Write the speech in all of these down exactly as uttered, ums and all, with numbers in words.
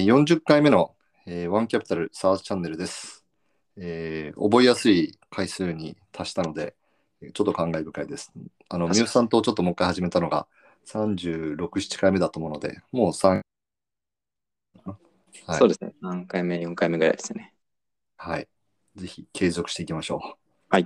よんじゅっかいめの、えー、ワンキャピタルサーチチャンネルです、えー覚えやすい回数に達したので、ちょっと感慨深いです。あの、ミュウ確かさんとちょっともう一回始めたのがさんじゅうろく、ななかいめだと思うので、もうさん、はい、 そうですね。さんかいめ、よんかいめぐらいですね。 はい。ぜひ継続していきましょはい。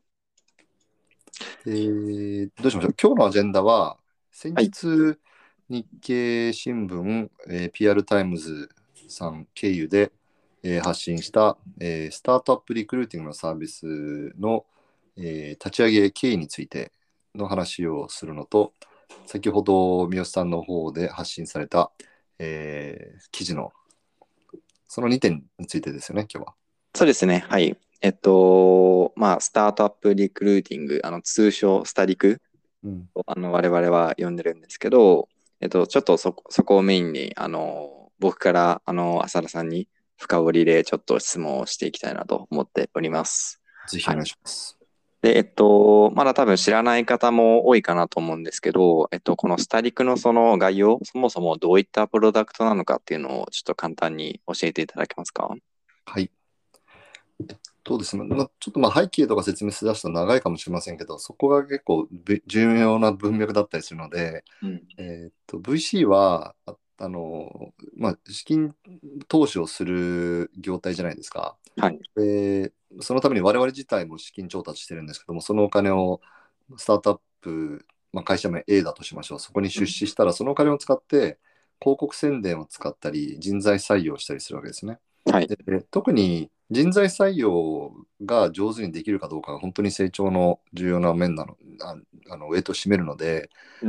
う。えー、どうしましょう。今日のアジェンダは、先はい。 日、日経新聞、えー ピーアール タイムズさん経由で、えー発信した、えースタートアップリクルーティングのサービスの、えー立ち上げ経緯についての話をするのと、先ほど三好さんの方で発信された、えー記事のそのにてんについてですよね、今日は。 そうですね。はい。えっと、まあ、スタートアップリクルーティング、あの、通称スタリクうん、 と、あの、我々は呼んでるんですけど、えっと、ちょっとそこ、そこをメインに、あの、僕から、あの、浅田さんに深掘りでちょっと質問をしていきたいなと思っております。はい。 ぜひお願いします。 で、えっと、まだ多分知らない方も多いかなと思うんですけど、えっと、このスタリクのその概要、そもそもどういったプロダクトなのかっていうのをちょっと簡単に教えていただけますか？ はい。そうですね。まあ、ちょっとまあ背景とか説明しだすと長いかもしれませんけど、そこが結構べ重要な文脈だったりするので、 うん。 えーっと、ブイシー は、あ、あの、まあ、資金投資をする業態じゃないですか。 はい。 で、そのために我々自体も資金調達してるんですけども、そのお金をスタートアップ、まあ、会社名 A だとしましょう。そこに出うん。 資したら、そのお金を使って広告宣伝を使ったり、人材採用したりするわけですね。 はい。 で、特に人材採用が上手にできるかどうかが本当に成長の重要な面なの、あ、あの、ウェイトを占めるので、 うん。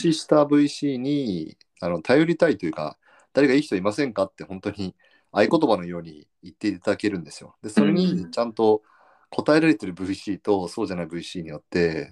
投資した ブイシー にあの頼りたいというか、誰かいい人いませんかって本当に合言葉のように言っていただけるんですよ。で、それうん。 にちゃんと答えられてる ブイシー とそうじゃない ブイシー によって、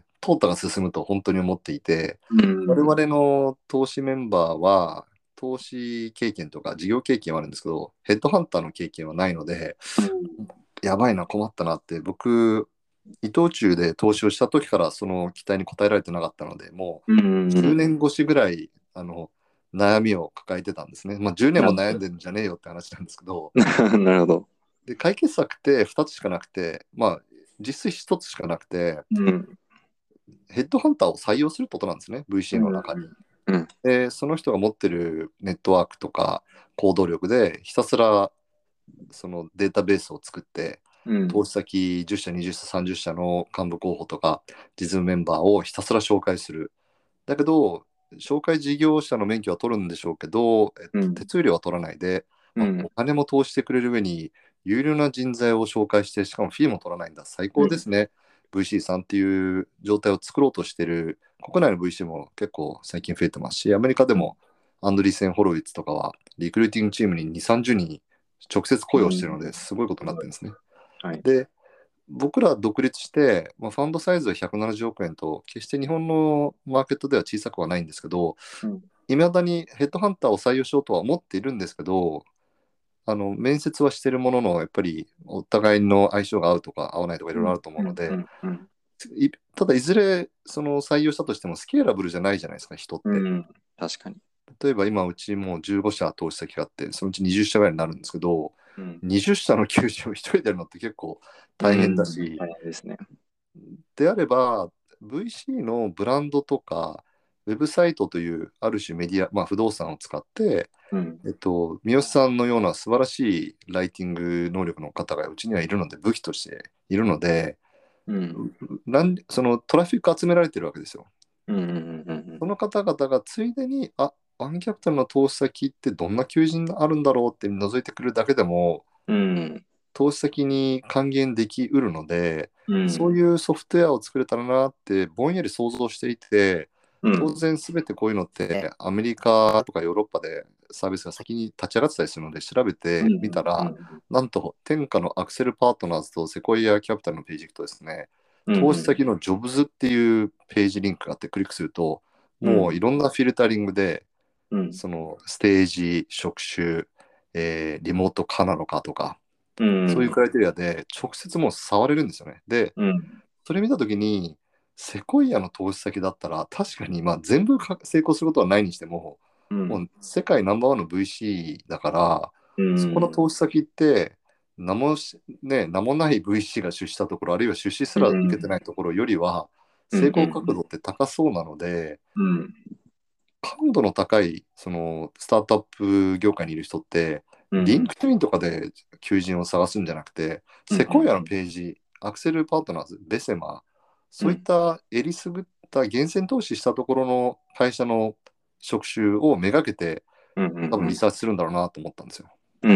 淘汰が進むと本当に思っていて、 う我ん。 々の投資メンバーは、投資経験とか事業経験はあるんですけど、ヘッドハンターの経験はないので、 うん。 やばいな、困ったなって、僕、伊藤忠で投資をした時からその期待に応えられてなかったので、もうう10 ん。 年越しぐらいあの悩みを抱えてたんですね。まあ、じゅうねんも悩んでんじゃねえよって話なんですけど、 なるほど。 で解決策ってふたつしかなくて、まあ、実質ひとつしかなくて、 うん。 ヘッドハンターを採用することなんですね、ブイシー のうん。 中に。 うん。 で、その人が持ってるネットワークとか行動力でひたすらそのデータベースを作って、 うん。 投資先じゅっ社、にじゅっ社、さんじゅっ社の幹部候補とか実務メンバーをひたすら紹介する。だけど、紹介事業者の免許は取るんでしょうけど、えっと、 うん。 手数料は取らないで、あ、おうん。 金も投じてくれる上に、有料な人材を紹介して、しかもフィーも取らないんだ。最うん。 高ですね。ブイシー さんっていう状態を作ろうとしている、国内の ブイシー も結構最近増えてますし、アメリカでもアンドリーセン・ホロウィッツとかは、リクルーティングチームにに、さんじゅうにん直接雇用してるので、すごいことになってるんですね。 はい。 で、僕ら独立して、まあ、ファンドサイズはひゃくななじゅうおく円と、決して日本のマーケットでは小さくはないんですけど、 うん。 いまだにヘッドハンターを採用しようとは思っているんですけど、あの面接はしてるものの、やっぱりお互いの相性が合うとか合わないとかいろいろあると思うん。ううので、 ん。うん。 いただいずれその採用したとしてもスケーラブルじゃないじゃないですか、人って。 うん。確かに。 例えば今うちもうじゅうご社投資先があって、そのうちにじゅっ社ぐらいになるんですけど、 うん。 にじゅっ社の求人を一人でやるのって結構う大変だん。 し、 大変ですね。 であれば、ブイシー のブランドとか、ウェブサイトというある種メディア、まあ、不動産を使って、 うん。 えっと、三好さんのような素晴らしいライティング能力の方がうちにはいるので、武器としているので、 うん。 なんそのトラフィック集められてるわけですよ。 うん。うん。うん。 その方々がついでに、あ、ワンキャピタルの投資先ってどんな求人があるんだろうって覗いてくるだけでも、 うん。 投資先に還元できうるので、 うん。 そういうソフトウェアを作れたらなってぼんやり想像していて、当うん。 然すべてこういうのってアメリカとかヨーロッパでサービスが先に立ち上がってたりするので調べうん。 てみたら、 うん。 なんと天下のアクセルパートナーズとセコイアキャピタルのページ行くとですね、 うん。 投資先のジョブズっていうページリンクがあってクリックすると、 うん。 もういろんなフィルタリングで、 うん。 そのステージ、職種、えーリモート可なのかとか、 うん。 そういうクライテリアで直接もう触れるんですよね。で、 うん。 それ見たときに、セコイアの投資先だったら、確かにまあ全部か成功することはないにしても、 うん。 もう世界ナンバーワンの ブイシー だから、 うそこのん。 投資先って、名もし、ね、名もない ブイシー が出資したところ、あるいは出資すうら受けてなん。 いところよりは、 うん。 成功うん。 角度って高そうなので、 うん。 感度の高いそのスタートアップ業界にいる人って、 うん。 リンクトインとかで求人を探すんじゃなくて、 うん。 セコイアのページ、アクセルパートナーズ、ベセマ、そういっうん。 たえりすぐった源泉投資したところの会社の職種をめがけて、 うん。う多分リん。 サーチするんだろうなと思ったんですよ。 うん。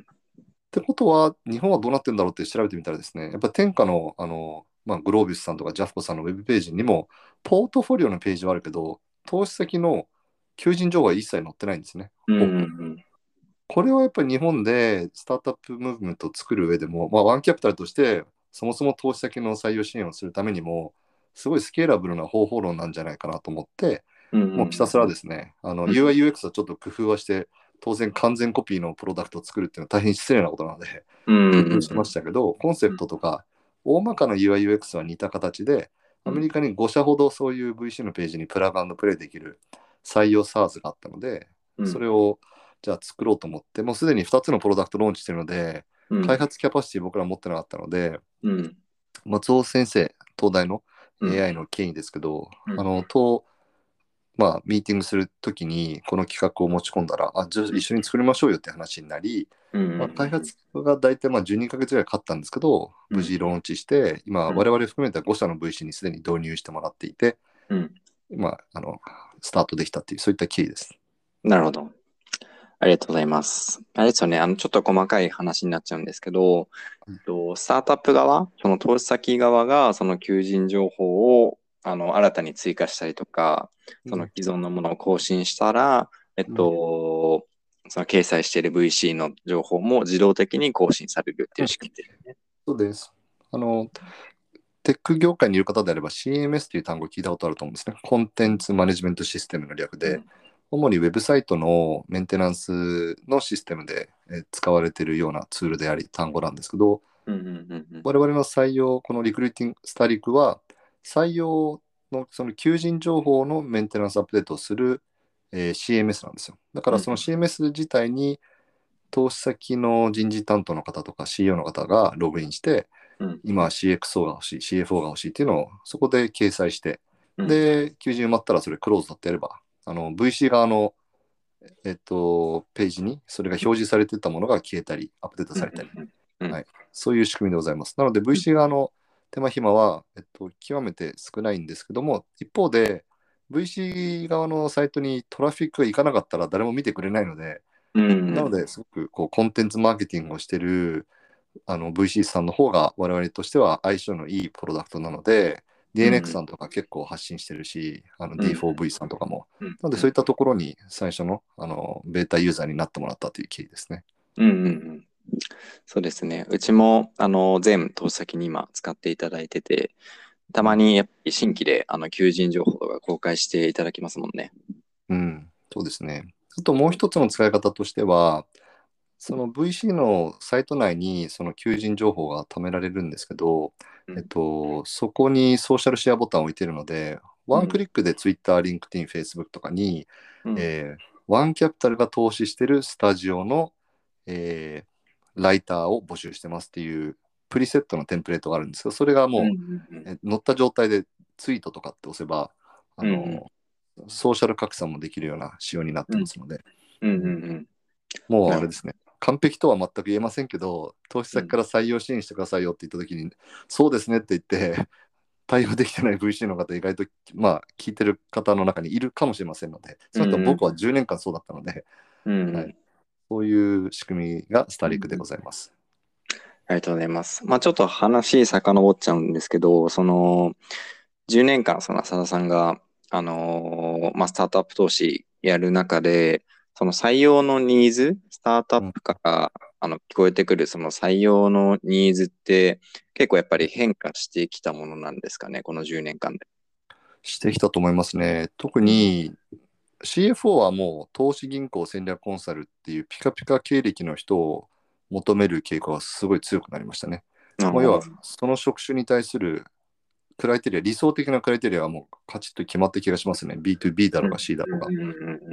ってことは、日本はどうなってるんだろうって調べてみたらですね、やっぱ天下の、あの、まあ、グロービスさんとかジャフコさんのウェブページにも、ポートフォリオのページはあるけど、投資先の求人情報は一切載ってないんですね。 うん。 ほぼ。 うん。 これはやっぱり日本でスタートアップムーブメントを作る上でも、まあ、ワンキャピタルとしてそもそも投資先の採用支援をするためにも、すごいスケーラブルな方法論なんじゃないかなと思って、 うもうひたすらん。 ですね、あの ユーアイ、ユーエックス はちょっと工夫はして、当然完全コピーのプロダクトを作るっていうのは大変失礼なことなので、 うん。 工夫しましたけど、コンセプトとか、大まかな ユーアイ、ユーエックス は似た形で、アメリカにご社ほどそういう ブイシー のページにプラグプレイできる採用 SaaS があったので、 うん。 それをじゃあ作ろうと思って、もうすでにふたつのプロダクトローンチしてるので、 うん。 開発キャパシティ僕ら持ってなかったので、 うん。 松尾先生、東大のうん。 エーアイ の権威ですけど、 うん。 あの、と、まあ、ミーティングするときに、この企画を持ち込んだら、あ、じゃあ一緒に作りましょうよって話になり、 うん。うまあ、開ん。 発が大体まあじゅうにかげつぐらいかかったんですけど、 うん。 無事ローンチして、今、 うん。 我々含めたご社の ブイシー にすでに導入してもらっていて、 うん。 今、あの、スタートできたっていう、そういった経緯です。 なるほど。ありがとうございます。あれですよね。あの、ちょっと細かい話になっちゃうんですけど、とスタートアップ側、その投資先側が、その求人情報を、あの、新たに追加したりとか、そのうん、 既存のものを更新したら、えっうん、 と、その掲載している ブイシー の情報も自動的に更新されるっていううん、 仕組みですね。 そうです。あの、テック業界にいる方であれば シーエムエス という単語を聞いたことあると思うんですね。コンテンツマネジメントシステムの略で、 うん。 主にウェブサイトのメンテナンスのシステムでえ使われているようなツールであり、単語なんですけど、 うん。うん。うん。 我々の採用、このリクルーティングスタリクは、採用のその求人情報のメンテナンスアップデートをする、えー シーエムエス なんですよ。だかうん。 らその シーエムエス 自体に投資先の人事担当の方とか シーイーオー の方がログインして、 うん。 今 シーエックスオー が欲しい、シーエフオー が欲しいっていうのをそこで掲載して、 うん。 で、求人埋まったらそれクローズだってやれば、あの ブイシー 側の、えっと、ページにそれが表示されてたものが消えたり、アップデートうん。 されたり、 うん。 はい、そういう仕組みでございます。なので ブイシー 側の手間暇は、えっと、極めて少ないんですけども、一方で ブイシー 側のサイトにトラフィックがいかなかったら誰も見てくれないので、 うん。 なので、すごくこうコンテンツマーケティングをしているあの ブイシー さんの方が我々としては相性のいいプロダクトなので、 うディーエヌエックス さん。 んとか結構発信してるし、あのうん。 ディーフォーブイ さんとかも。 うん。 なので、そういったところに最初のあのベータユーザーになってもらったという経緯ですね。 うん。うん。そうですね。うちも、あの、全投資先に今使っていただいてて、たうん、 まにやっぱり新規で、あの、求人情報とか公開していただきますもんね。 うん、そうですね。あともう一つの使い方としては、その ブイシー のサイト内にその求人情報が貯められるんですけど、えっうん。 と、そこにソーシャルシェアボタンを置いてるので、ワンクうん。 リックで Twitter、LinkedIn、Facebook とかに、 うん。 えーワンキャピタルが投資してるスタジオの、えーライターを募集してますっていうプリセットのテンプレートがあるんですけど、それがうん。 もうえ載った状態でツイートとかって押せば、あうん。 の、ソーシャル拡散もできるような仕様になっうん。 てますので、 うん。 うん、 うん。なるほど。 もうあれですね、完璧とは全く言えませんけど、投資うん。 先から採用支援してくださいよって言ったときに、そうですねって言って、対応できてない ブイシー の方、意外と、まあ、聞いてる方の中にいるかもしれませんので、 うん。 その人うん。 僕はじゅうねんかんそうだったので、 うん。うはい、 ん。 そういう仕組みがスタうん。 リクでございます。 ありがとうございます。まあちょっと話遡っちゃうんですけど、そのじゅうねんかんその浅田さんが、あのーまあ、スタートアップ投資やる中で、その採用のニーズ、スタートアッうん、 プからあの聞こえてくるその採用のニーズって結構やっぱり変化してきたものなんですかね、このじゅうねんかんで。 してきたと思いますね。特うん。 に シーエフオー はもう投資銀行戦略コンサルっていうピカピカ経歴の人を求める傾向がすごい強くなりましたね。 あもう要はあ。 その職種に対するクライテリア、理想的なクライテリアはもうカチッと決まった気がしますね。ビーツービー だろうがうん。 C だろうが。 うん。うん。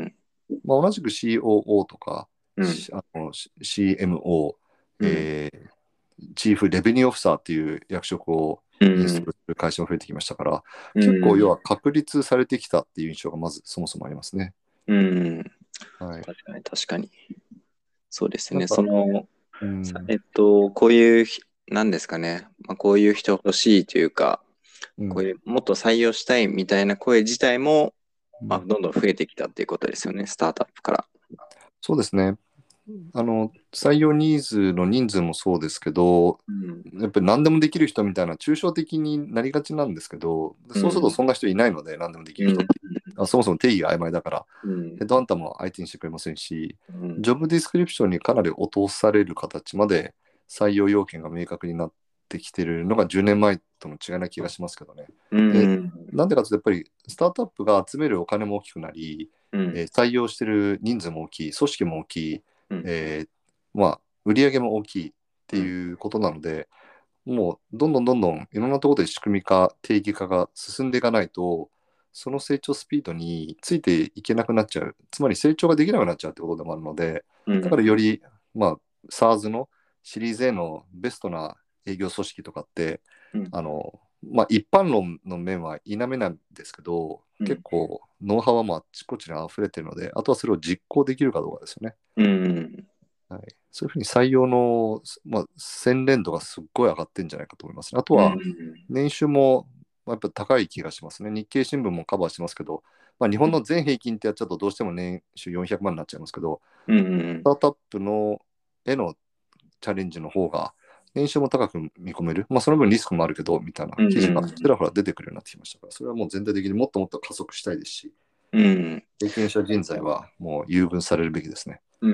まあ、同じく シーオーオー とか、 うん。 しあの シーエムオー、 うん。 えーチーフレベニューオフィサーっていう役職をうインストーん。 ルする会社も増えてきましたから、 う結構要ん。 は確立されてきたっていう印象がまずそもそもありますね。 うん。 はい。 確かに、確かに。そうですね。そなんか、 の、さうん、 えっと、こういうひ、なんですかね。まあ、こういう人欲しいというか、 うん、 こういう、もっと採用したいみたいな声自体も、まあ、 うん。 どんどん増えてきたっていうことですよね。スタートアップから。 そうですね。あの、採用ニーズの人数もそうですけど、 うん。 やっぱり何でもできる人みたいな抽象的になりがちなんですけど、そうするとうん。 そんな人いないので、何でもできるうん。 人って。あ、そもそも定義が曖昧だから、 うん。 ヘッドハンターも相手にしてくれませんし、 うん。 ジョブディスクリプションにかなり落とされる形まで採用要件が明確になってきてるのがじゅうねんまえとの違いな気がしますけどね。 うで、 ん。 なんでかというと、やっぱりスタートアップが集めるお金も大きくなり、 うん。 えー採用してる人数も大きい、組織も大きい、 うん。 えーまあ、売り上げも大きいってうん。 いうことなので、もうどんどんどんどんいろんなところで仕組み化、定義化が進んでいかないと、その成長スピードについていけなくなっちゃう、つまり成長ができなくなっちゃうってことでもあるので、だからより、まあ、SaaS のシリーズ A のベストな営業組織とかって、 うん。 あの、まあ、一般論の面は否めないんですけど、 うん。 結構ノウハウはもうあっちこっちに溢れてるので、あとはそれを実行できるかどうかですよね。 うん。 はい、そういうふうに採用の、まあ、洗練度がすっごい上がってるんじゃないかと思いますね。あとうは、 ん。 年収もまあやっぱ高い気がしますね。日経新聞もカバーしてますけど、まあ、日本の全平均ってやっちゃうとどうしても年収よんひゃくまんになっちゃいますけど、 うん。 スタートアップのへのチャレンジの方が、年収も高く見込める。まあ、その分リスクもあるけど、みたいなうん。 記事がうん。 ちらほら出てくるようになってきましたから、それはもう全体的にもっともっと加速したいですし、 うん。 経験者人材はもう優遇されるべきですね。 うん。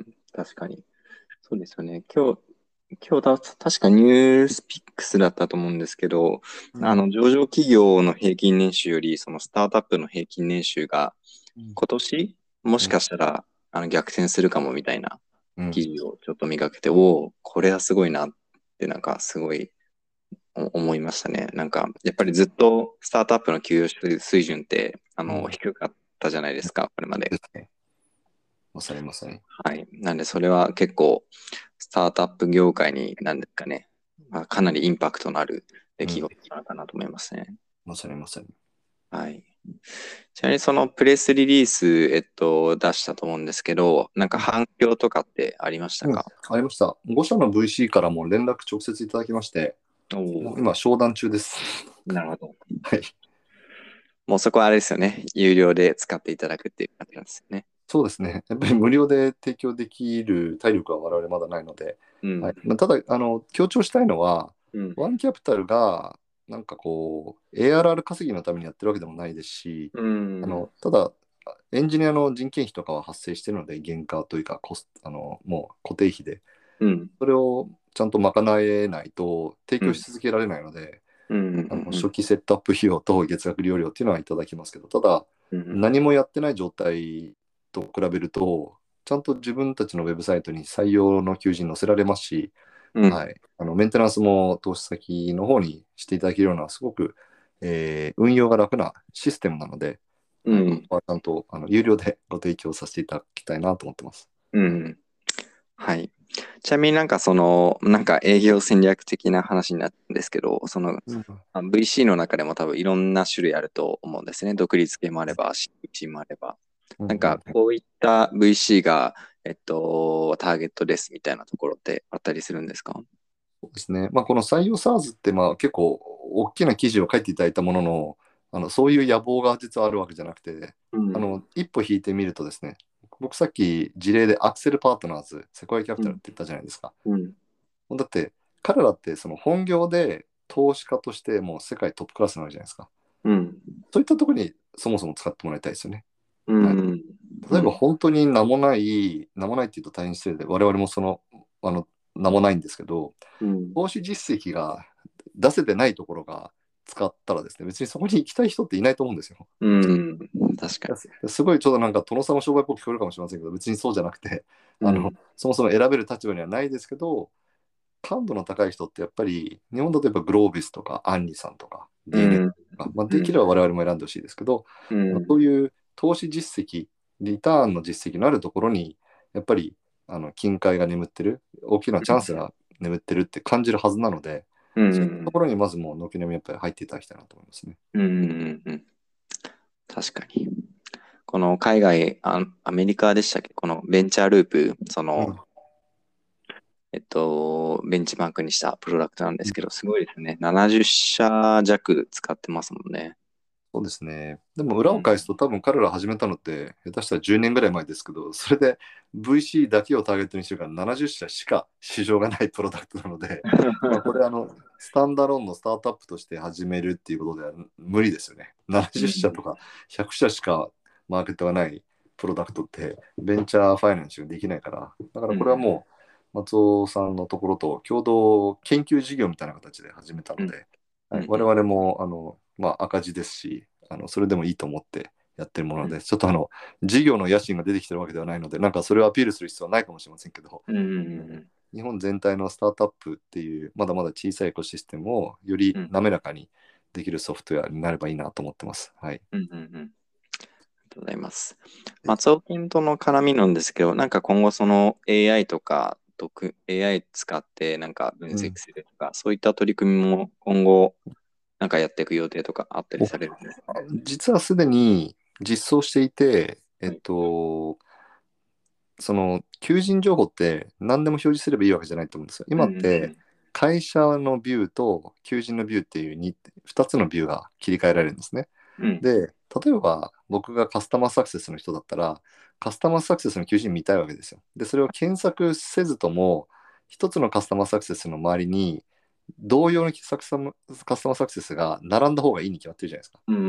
確かに。そうですよね。今日、今日た、確かニュースピックスだったと思うんですけど、 うん。 あの、上場企業の平均年収より、そのスタートアップの平均年収が、 うん今年、もしうんかしたら、あの、逆転するかもみたいな記うん事をちょっと見かけて、おお、これはすごいなって、なんか、すごいお思いましたね。なんか、やっぱりずっとスタートアップの給与水準って、あの、 うん低かったじゃないですか、これまで。 ですね。まさにまさに。 はい。なんで、それは結構、スタートアップ業界に、なんですかね、まあ、かなりインパクトのある出うん。 来事なのかなと思いますね。 まさにまさに。 はい。ちなみに、そのプレスリリース、えっと、出したと思うんですけど、なんか反響とかってありましたうん、 か？ ありました。ご社の ブイシー からも連絡直接いただきまして、 おおー、 もう今、商談中です。 なるほど。 はい。 もうそこはあれですよね。有料で使っていただくっていう感じなんですよね。 そうですね。やっぱり無料で提供できる体力は我々まだないので、 うん。 はい。まあ、ただ、あの、強調したいのは、 うん。 ワンキャピタルが、なんかこう、エーアールアール 稼ぎのためにやってるわけでもないですし、 うん。 あの、ただ、エンジニアの人件費とかは発生しているので、原価というかコス、あの、もう固定費で、 うん。 それをちゃんと賄えないと提うん。 供し続けられないので、 うん。 あのうん。 初期セットアップ費用と月額利用料っていうのはいただきますけど、ただ、 うん。 何もやってない状態と比べると、ちゃんと自分たちのウェブサイトに採用の求人載せられますし、 うん。 はい、あのメンテナンスも投資先の方にしていただけるような、すごく、えー運用が楽なシステムなので、はい、こうん。 こはちゃんとあの有料でご提供させていただきたいなと思ってます。 うん。はい。ちなみになんかその、なんか営業戦略的な話になるんですけど、その、 うんあ ブイシー の中でも多分いろんな種類あると思うんですね。独立系もあれば、シーブイシー もあれば。なんかうんうん、 こういった ブイシー が、えっと、ターゲットですみたいなところってあったりするんですか？ そうですね。まあ、この採用 SaaS ってまあ結構大きな記事を書いていただいたものの、あのそういう野望が実はあるわけじゃなくて、 うん。 あの一歩引いてみるとですね、僕さっき事例でアクセルパートナーズ、セコイアキャピうん。 タルって言ったじゃないですか。 うん。 だって彼らってその本業で投資家としてもう世界トップクラスなわけじゃないですか。 うん。 そういったところにそもそも使ってもらいたいですよね。 うはい。 ん。う例えばん。 本当に名もない、名もないっていうと大変失礼で、我々もその、あの、名もないんですけど、 うん。 投資実績が出せてないところが使ったらですね、別にそこに行きたい人っていないと思うんですよ。 うん。確かすすごいちょっとなんか殿様商売っぽく聞こえるかもしれませんけど、別にそうじゃなくて、 に。 あの、 うん。 そもそも選べる立場にはないですけど、感度の高い人ってやっぱり、日本だとやっぱグロービスとかアンリさんとかうディーエヌエーん。 とか、まあ、 うん。 できれば我々も選んでほしいですけど、 うん。 そういう投資実績リターンの実績のあるところに、やっぱりあの金塊が眠ってる、大きなチャンスが眠ってるって感じるはずなので、 うん。うそういったとこん。 ろにまずもう軒並みやっぱり入っていただきたいなと思いますね。 うん。うん。うん。確かに。この海外、あアメリカでしたっけ、このベンチャーループ、その、 うん、 えっと、ベンチマークにしたプロダクトなんですけど、すごいですね。ななじゅっ社弱使ってますもんね。 そうですね。でもうん。 裏を返すと多分彼ら始めたのって下手したらじゅうねんぐらい前ですけど、それで ブイシー だけをターゲットにしてるからななじゅっ社しか市場がないプロダクトなので、まあこれあのスタンダローンのスタートアップとして始めるっていうことでは無理ですよね。 うななじゅっ社とん。 かひゃく社しかマーケットがないプロダクトってベンチャーファイナンスができないから、だからこれはうん。 もう松尾さんのところと共同研究事業みたいな形で始めたうん。 ので、はい、我うん。 々もあの、まあ、赤字ですし、あのそれでもいいと思ってやってるもので、ちょっとあの事業の野心が出てきてるわけではないので、なんかそれをアピールする必要はないかもしれませんけど、 うん。ううん、 ん。 日本全体のスタートアップっていう、まだまだ小さいエコシステムをよりうん。 滑らかにできるソフトウェアになればいいなと思ってます。はい。 うん。うん。ありがとうございます。松尾君との絡みなんですけど、なんか今後その エーアイ とか、毒 エーアイ 使ってなんか分うん、 析するとか、そういった取り組みも今後なんかやっていく予定とかあったりおされるんですか？ 実はすでに実装していて、えっはい。 と、その求人情報って何でも表示すればいいわけじゃないと思うんですよ。 うん。 今ってうん。 会社のビューと求人のビューっていうにふたつのビューが切り替えられるんですね。 うん。 で、例えば僕がカスタマーサクセスの人だったら、カスタマーサクセスの求人見たいわけですよ。で、それを検索せずとも、一つのカスタマーサクセスの周りに、同様のカスタマーカスタマーサクセスが並んだ方がいいに決まってるじゃないですか。 うん。うん。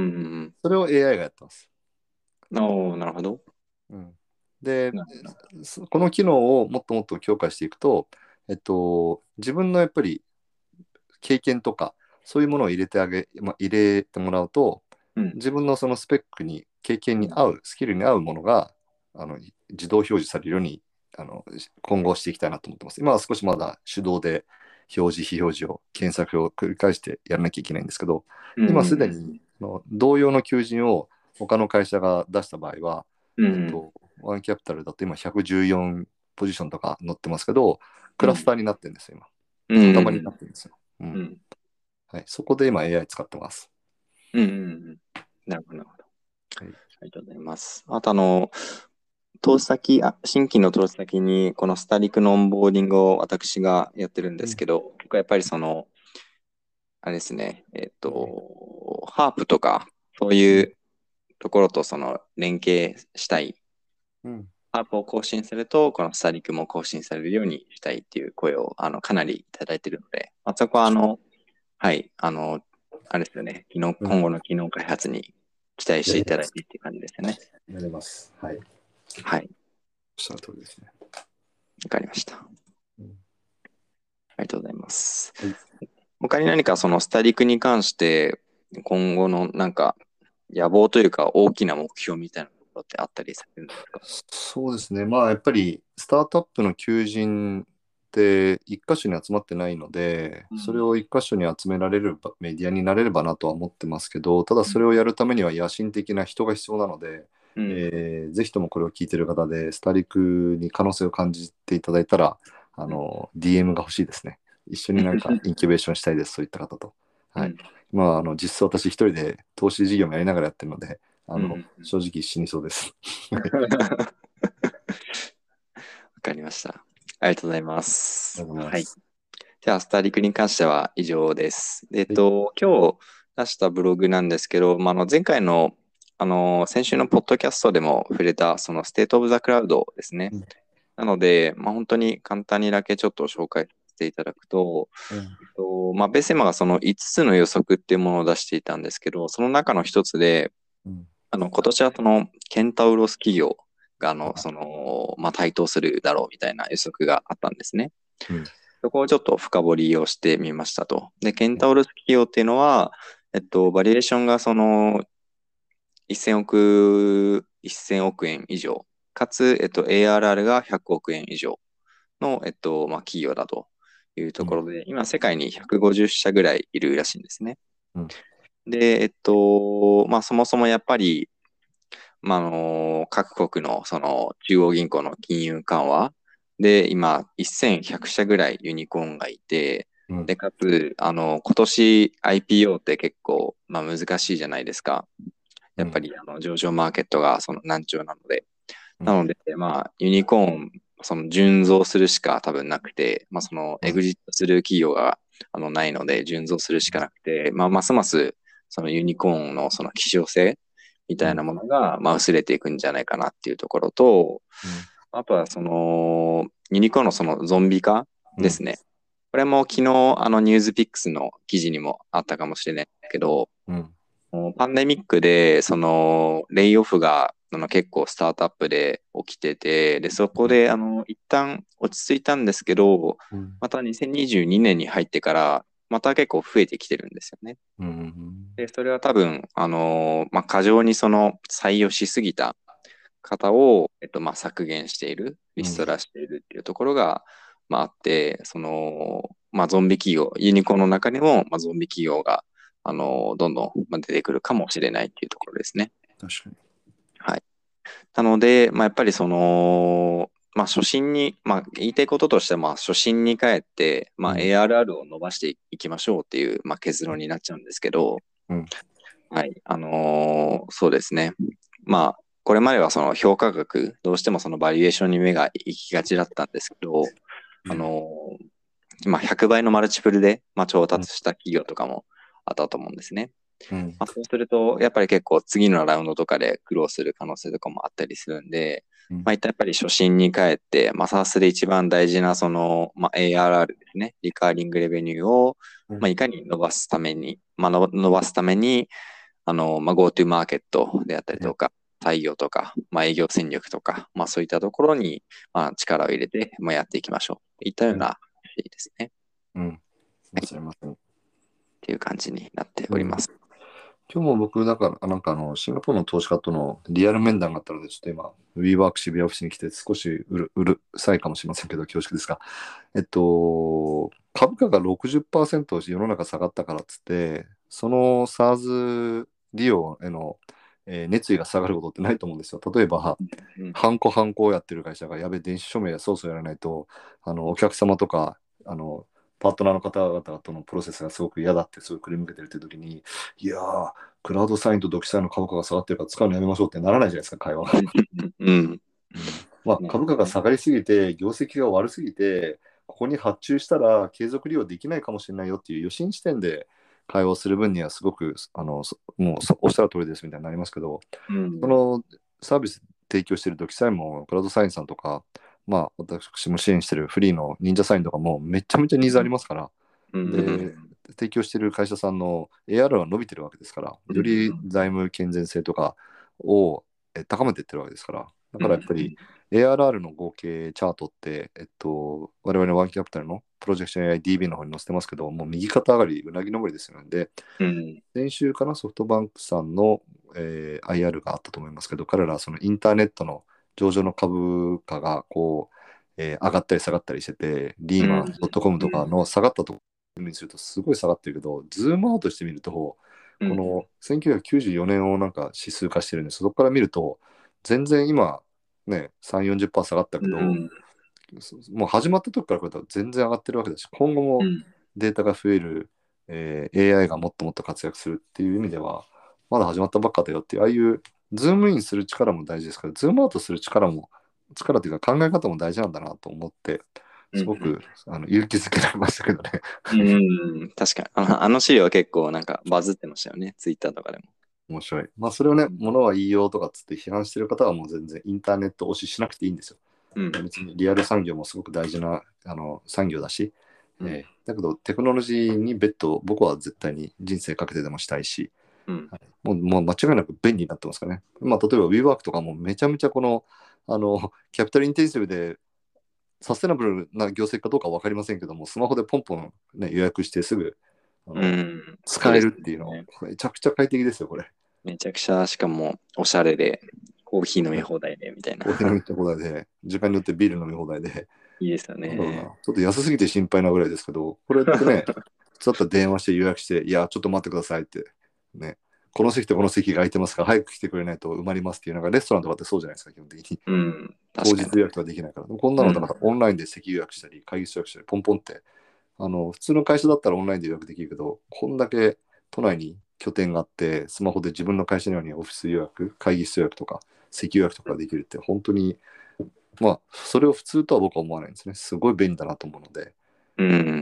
それを エーアイ がやってます。 うん。おー、なるほど。 うん、で、 なるほど。 そこの機能をもっともっと強化していくと、えっと、自分のやっぱり経験とか、そういうものを入れてあげ、まあ、入れてもらうと、 うん。 自分のそのスペックに、経験うん。 に合う、スキルに合うものが、あの、自動表示されるように、あの、今後していきたいなと思ってます。今は少しまだ手動で表示、非表示を、検索を繰り返してやらなきゃいけないんですけど、 うん。 今すでうん。 にあの同様の求人を他の会社が出した場合は、 うん。 えっと、ワンキャピタルだと今ひゃくじゅうよんポジションとか載ってますけど、クうん。 ラスターになってるんですよ、 うん。 今。塊になうん。 ってるんですよ。うん。 うん。 はい。そこで今 エーアイ 使ってます。 うん。うん。なるほど。なるほど。 はい。 ありがとうございます。あと、あの、投資先、あ、新規の投資先に、このスタリクのオンボーディングを私がやってるんでうん。 すけど、僕はやっぱりその、あれですね、えっうん。 と、ハープとか、そううん。 いうところとその連携したい。 うん。 ハープを更新すると、このスタリクも更新されるようにしたいっていう声を、あの、かなりいただいているので、まあ、そこは、あの、はい、あの、あれですよね、機能、 うん。 今後の機能開発に期待していただいやります。 てっていう感じですよね。 やります。はい。おっはい、 しゃる通りですね。 わかりました。あうん、 りがとうございます。 はい。 他に何かそのスタリクに関して、今後のなんか野望というか大きな目標みたいなところってあったりされるんですか？ そうですね。まあ、やっぱり、スタートアップの求人って一箇所に集まってないので、 うん。 それを一箇所に集められるばメディアになれればなとは思ってますけど、ただうん。 それをやるためには野心的な人が必要なので、 うん。 えーぜひともこれを聞いている方で、スタリクに可能性を感じていただいたら、あうん。 の、ディーエム が欲しいですね。一緒になんかインキュベーションしたいです、そういった方と。はい。 うん。 まあ、あの、実際私一人で投資事業もやりながらやってるので、あの、 うん。 正直死にそうです。 わかりました。ありがとうございまありがす。はい。 とうございます。 じゃあ、スタリクに関しては以上です。えっはい。 と、今日出したブログなんですけど、まあ、あの前回の、あの、先週のポッドキャストでも触れた、そのステートオブザクラウドですね。 うん。 なので、まあ、本当に簡単にだけちょっと紹介させていただくと、 うん。 えっとまあ、ベセマがそのいつつの予測っていうものを出していたんですけど、その中の一つで、 うん。 あの今年はそのケンタウロス企業があのその、まあ、台頭するだろうみたいな予測があったんですね。 うん。 そこをちょっと深掘りをしてみましたと。で、ケンタウロス企業っていうのは、えっと、バリエーションがそのせんおく、せんおく円以上、かつ、えっと、エーアールアール がひゃくおく円以上の、えっと、まあ、企業だというとうん。 ころで、今世界にひゃくごじゅっ社ぐらいいるらしいんですね。 うん。 で、えっと、まあ、そもそもやっぱり、 まあ、あの、各国のその中央銀行の金融緩和で、今、せんひゃく社ぐらいユニコーンがいて、 うん。 で、かつ、あの、今年 アイピーオー って結構、まあ、難しいじゃないですか。 うん。 やっぱり、あの、上場マーケットがその難聴なので。 うん。 なので、まあ、ユニコーン、その純増するしか多分なくて、まあ、そのうん。 エグジットする企業があのないので、純増するしかなくて、まあ、ますますそのユニコーンのその希少性みうん。 たいなものが、まあ、薄れていくんじゃないかなっていうところと、 うん。 あとはその、ユニコーンのそのゾンビ化うん。 ですね。これも昨日、あの、ニュースピックスの記事にもあったかもしれないけど、 うん。 もうパンデミックで、その、レイオフが、あの、結構スタートアップで起きてて、で、そこで、あの、一旦落ち着いたんですけど、 うん。 またにせんにじゅうにねんに入ってから、また結構増えてきてるんですよね。 うん。 で、それは多分、あの、まあ、過剰にその採用しすぎた方を、えっと、まあ、削減している、リストラしているっていうところが、まあ、あって、その、まあ、ゾンビ企業、ユニコーンの中にも、まあ、ゾンビ企業が、あの、どんどんまあ出てくるかもしれないっていうところですね。 確かに。 はい。なので、まあ、やっぱりその、まあ、初心に、まあ、言いたいこととしては、まあ、初心に帰って、まあ、 うん。 エーアールアール を伸ばしていきましょうっていう、まあ、結論になっちゃうんですけど、 うん。 はい。あのーそうですね。まあ、これまではその評価額、どうしてもそのバリエーションに目が行きがちだったんですけど、あのーまあ、ひゃくばいのマルチプルで、まあ、調うん。 達した企業とかもあったと思うんですね。 うん。 まあ、そうすると、やっぱり結構次のラウンドとかで苦労する可能性とかもあったりするんで、 うん。 まあ、一旦やっぱり初心に帰って、まあ、サースで一番大事なその、まあ、エーアールアール ですね、リカーリングレベニューを、まあ、いかに伸ばすために、まあ、の伸ばすために、あの、まあ、GoTo マーケットであったりとか、採用とか、まあ、営業戦略とか、まあ、そういったところに、まあ、力を入れて、まあ、やっていきましょう。といったようん。 うな話ですね。 うん。 はい。っ忘れません。 ていう感じになってうん。 おります。 今日も僕、なんか、なんかあの、シンガポールの投資家とのリアル面談があったので、ちょっと今、WeWork 渋谷オフィスに来て少しうる、うるさいかもしれませんけど、恐縮ですが、えっと、株価がろくじゅっパーセント世の中下がったからっつって、その SARS 利用への、えー熱意が下がることってないと思うんですよ。例えば、 うん。 ハンコハンコをやってる会社が、やべえ、電子署名やそうそうやらないと、あの、お客様とか、あの、パートナーの方々とのプロセスがすごく嫌だってすごいくり抜けてるっていう時に、いやー、クラウドサインとドキサインの株価が下がってるから使うのやめましょうってならないじゃないですか、会話が。 うん。うん。 うん、まあ、 なる株ほどね。 価が下がりすぎて、業績が悪すぎて、ここに発注したら継続利用できないかもしれないよっていう予診視点で会話をする分にはすごく、あの、そもうそおっしゃる通りですみたいになりますけど、 うん。 そのサービス提供しているドキサインもクラウドサインさんとか、まあ、私も支援しているフリーの忍者サインとかもめちゃめちゃニーズありますから、 うん。うで、 ん。 提供している会社さんの エーアール は伸びてるわけですから、より財務健全性とかをえ高めていってるわけですから、だうん。 からやっぱり エーアールアール の合計チャートって、えっと、我々のワンキャピタルのプロジェクション エーアイディービー の方に載せてますけど、もう右肩上がり、うなぎ登りですよね。で、 うん。 先週からソフトバンクさんの、えー アイアール があったと思いますけど、彼らはそのインターネットの上場の株価がこう、えー上がったり下がったりしてて、リーマン、 うん。 ドットコムとかの下がったところにするとすごい下がってるけど、ズームアウトしてみると、 うん。 このせんきゅうひゃくきゅうじゅうよねんをなんか指数化してるんです。そこから見ると、全然今、ね、さん、よんじゅっパーセント下がったけど、 うん。 もう始まった時から比べたら全然上がってるわけだし、今後もうん。 データが増える、えー エーアイ がもっともっと活躍するっていう意味では、まだ始まったばっかだよっていう、ああいうズームインする力も大事ですから、ズームアウトする力も、力というか考え方も大事なんだなと思って、 うん。 すごくあの勇気づけられましたけどね。 うん。確かに。あの、あの資料は結構なんかバズってましたよね。ツイッターとかでも。 面白い。まあ、それをね、ものは言いようとかっつって批判してる方はもう全然インターネット推ししなくていいんですよ。 うん。 別にリアル産業もすごく大事なあの産業だし、 うん。 えーだけどテクノロジーにベットを僕は絶対に人生かけてでもしたいし、 うん。 はい、もうもう間違いなく便利になってますからね。まあ、例えば WeWork とかもめちゃめちゃこの、あのキャピタルインテンシブでサステナブルな業績かどうか分かりませんけども、スマホでポンポン、ね、予約してすぐあうのん。そう使えでするっていうの、 ね。 めちゃくちゃ快適ですよ、これ。 めちゃくちゃ、しかも、おしゃれで、コーヒー飲み放題で、みたいな。 コーヒー飲み放題で、時間によってビール飲み放題で、 いいですよなんだろうな、 ね。 ちょっと安すぎて心配なぐらいですけど、これってね、普通だったら電話して予約して、いや、ちょっと待ってくださいって、ね。 この席とこの席が空いてますから早く来てくれないと埋まりますっていう、なんかレストランとかってそうじゃないですか、基本的に。 うん。 当確かに。 日予約はできないから。こんなのだからオンラインで席予約したり、会議室予約したり、ポンポンって、あの、普通の会社だったらオンラインで予約できるけど、こんだけ都内に拠点があって、スマホで自分の会社のようにオフィス予約、会議室予約とか、席予約とかできるって、本当に、まあ、それを普通とは僕は思わないんですね。すごい便利だなと思うので、 うん。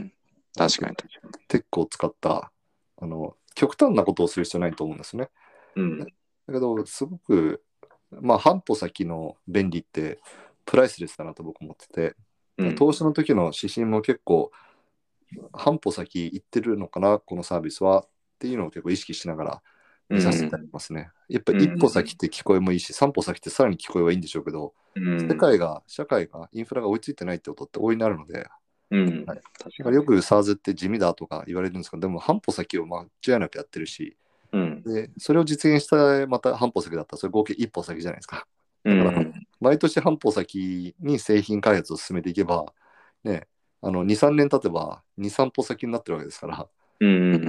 確かに。 テックを使った、あの、極端なことをする必要ないと思うんですね。 うん。 だけど、すごく、まあ、半歩先の便利ってプライスレスだなと僕思ってて、 うん。 投資の時の指針も結構、半歩先行ってるのかな、このサービスはっていうのを結構意識しながら見させていただきますね。やっぱ一歩先って聞こえもいいし、三歩先ってさらに聞こえはいいんでしょうけど、 うん。 世界が、社会が、インフラが追いついてないってことって大いになるので、 うん。 はい、だ確からよく SaaS って地味だとか言われるんですけど、でも半歩先を間違いなくやってるし、 うん。 でそれを実現したまた半歩先だったら、それ合計一歩先じゃないですか。だから、 うん。 毎年半歩先に製品開発を進めていけば、ね、あのに、さんねん経てばに、さん歩先になってるわけですから、 うん。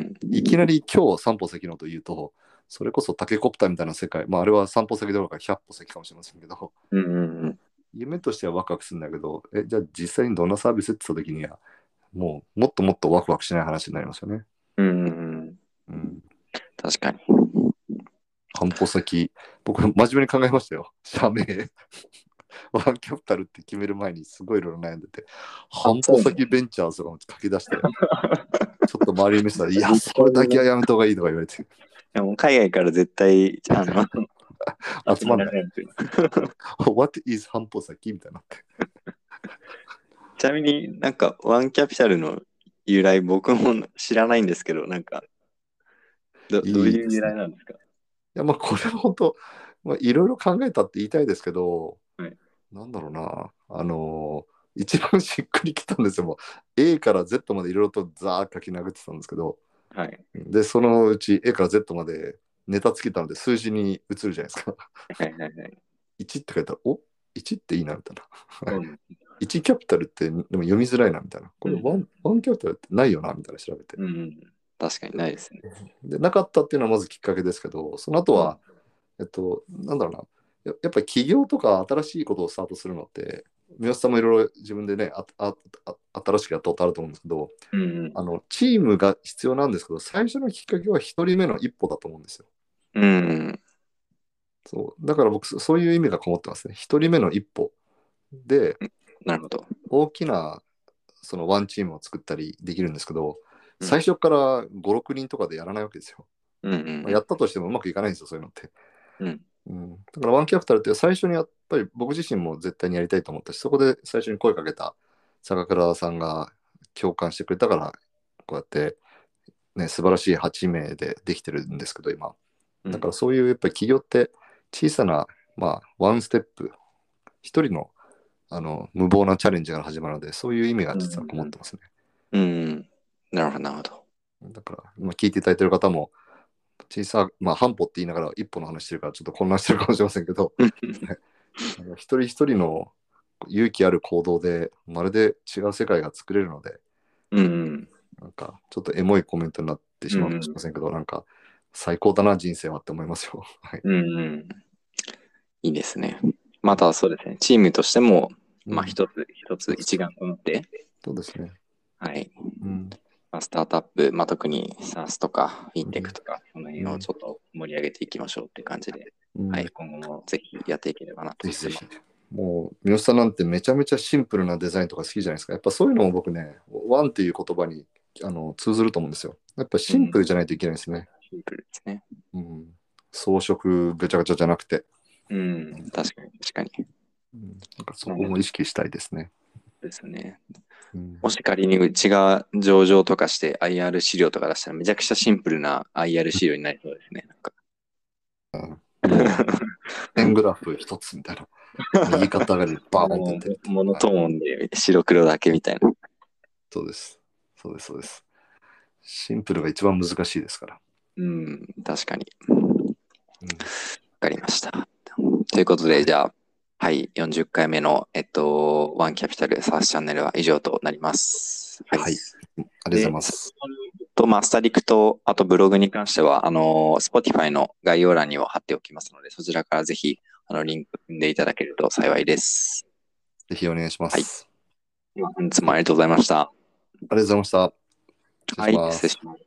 いきなり今日さん歩先のというと、それこそタケコプターみたいな世界、まああれはさん歩先どころかひゃっ歩先かもしれませんけど、 うん。 夢としてはワクワクするんだけど、え、じゃあ実際にどんなサービスって言った時には、もうもっともっとワクワクしない話になりますよね。 うん。 うん、 確かに。 半歩先、僕真面目に考えましたよ。社名。ワンキャピタルって決める前にすごいいろいろ悩んでて、半歩先ベンチャーズとかも書き出して、ちょっと周りに見せたら、いや、それだけはやめた方がいいとか言われて。 いやもう海外から絶対、あの、 集まんない。 い。 What is 半歩先みたいなって。 ちなみになんか、ワンキャピタルの由来、僕も知らないんですけど、なんか、ど、どういう由来なんですか？ いや、まあ、これは本当、まあ、いろいろ考えたって言いたいですけど、 はい、 なんだろうな、あのー一番しっくりきたんですよ。もう A から Z までいろいろとザーッ書き殴ってたんですけど、 はい。 で、そのうち A から Z までネタつけたので数字に移るじゃないですか。 はいはいはい。 いちって書いたら、お ?いち っていいなみたいな。 うん。 いちキャピタルってでも読みづらいなみたいな。これ 1, ワンキャピタルってないよなみたいな調べて。 うん。確かにないですね。 で、なかったっていうのはまずきっかけですけど、その後は、えっと、なんだろうな。ややっぱり起業とか新しいことをスタートするのって、三好さんもいろいろ自分でね、あああ新しくやったことあると思うんですけど、 うん。 あのチームが必要なんですけど、最初のきっかけは一人目の一歩だと思うんですよ。 うん。 そうだから僕、そそういう意味がこもってますね。一人目の一歩で、 なるほど。 大きなそのワンチームを作ったりできるんですけど、 うん。 最初からご、ろくにんとかでやらないわけですよ。 うん。 まあ、やったとしてもうまくいかないんですよ、そういうのって。 うん。 うん、だからワンキャピタルって最初にやっぱり僕自身も絶対にやりたいと思ったし、そこで最初に声かけた坂倉さんが共感してくれたから、こうやってね、素晴らしいはちめいでできてるんですけど、今。 うん。 だからそういうやっぱり企業って小さな、まあ、ワンステップ、一人のあの無謀なチャレンジから始まるので、そういう意味が実はこもってますね。 うん。なるほど、なるほど。 だから、まあ、聞いていただいている方も、小さ、まあ、半歩って言いながら一歩の話してるからちょっと混乱してるかもしれませんけど、一人一人の勇気ある行動でまるで違う世界が作れるので、 うん。 なんかちょっとエモいコメントになってしまうかもしれませんけど、なんか最高だな人生はって思いますよ。はい。 うん。いいですね。またそうですね。チームとしても、まあうん、 一つ一つ一丸となって、 そうですね。 はい。 うん、 まあ、スタートアップ、まあ、特に SaaS とかフィンテッうんクとか、その辺をちょっと盛り上げていきましょうっていう感じで、 うん、 はい、今後もぜひやっていければなとぜひぜひ。 思ってます。 もう、三好さんなんてめちゃめちゃシンプルなデザインとか好きじゃないですか。やっぱそういうのも僕ね、ワンっていう言葉にあの通ずると思うんですよ。やっぱシンプルじゃないといけないですね。 シンプルですね。 うん、装飾ぐちゃぐちゃじゃなくて、 うん、確かに確かに。 うん、なんかそこも意識したいですね。 ですね。 うん、 もし仮にうちが上場とかして アイアール 資料とか出したらめちゃくちゃシンプルな アイアール 資料になりそうですね。なんかもう、円グラフ一つみたいな。右肩上がりバーンって出てる。 モノトーンで白黒だけみたいな。 そうです。そうです、そうです。シンプルが一番難しいですから。 うん、確かに。 うん、 わかりました。ということで、じゃあ、はい、よんじゅっかいめの、えっと、ワンキャピタルサースチャンネルは以上となります。はい。 はい。ありがとうございます。 と、まあ、スタリクと、あとブログに関しては、あの、Spotify の概要欄には貼っておきますので、そちらからぜひ、あの、リンク踏んでいただけると幸いです。 ぜひお願いします。 はい。本日もありがとうございました。 ありがとうございました。失礼はい、 します。 失礼します。